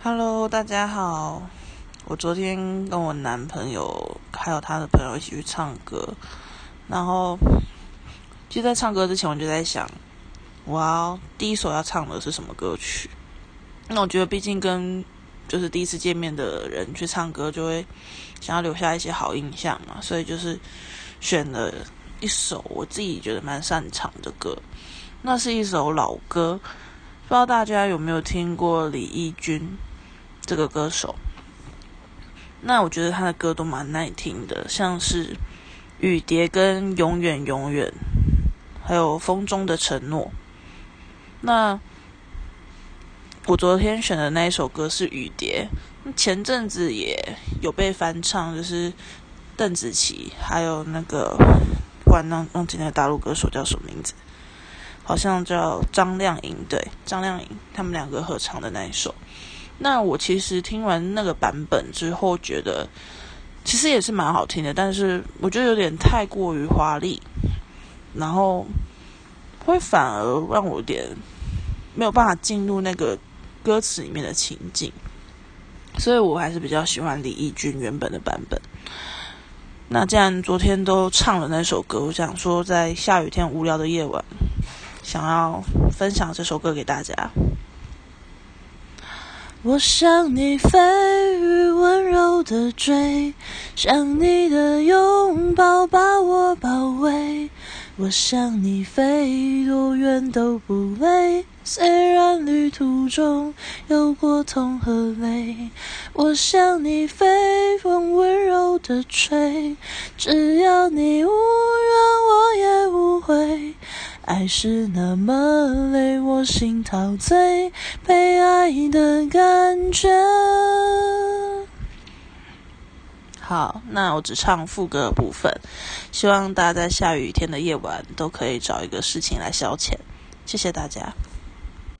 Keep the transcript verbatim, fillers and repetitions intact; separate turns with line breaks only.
Hello，大家好。我昨天跟我男朋友还有他的朋友一起去唱歌，然后就在唱歌之前，我就在想，我要第一首要唱的是什么歌曲？那我觉得，毕竟跟就是第一次见面的人去唱歌，就会想要留下一些好印象嘛，所以就是选了一首我自己觉得蛮擅长的歌。那是一首老歌，不知道大家有没有听过李翊君这个歌手？那我觉得他的歌都蛮耐听的，像是《雨蝶》跟《永远永远》，还有《风中的承诺》。那我昨天选的那一首歌是《雨蝶》，前阵子也有被翻唱，就是邓紫棋还有那个忽然忘记那个大陆歌手叫什么名字，好像叫张靓颖，对，张靓颖他们两个合唱的那一首。那我其实听完那个版本之后，觉得其实也是蛮好听的，但是我觉得有点太过于华丽，然后会反而让我有点没有办法进入那个歌词里面的情境，所以我还是比较喜欢李翊君原本的版本。那既然昨天都唱了那首歌，我想说在下雨天无聊的夜晚，想要分享这首歌给大家。我想你飞于温柔的追，想你的拥抱把我包围，我想你飞多远都不累，虽然旅途中有过痛和泪，我想你飞风温柔的吹，只要你无怨我也无悔，爱是那么累，我心陶醉，被爱的感觉。好，那我只唱副歌的部分，希望大家在下雨天的夜晚都可以找一个事情来消遣。谢谢大家。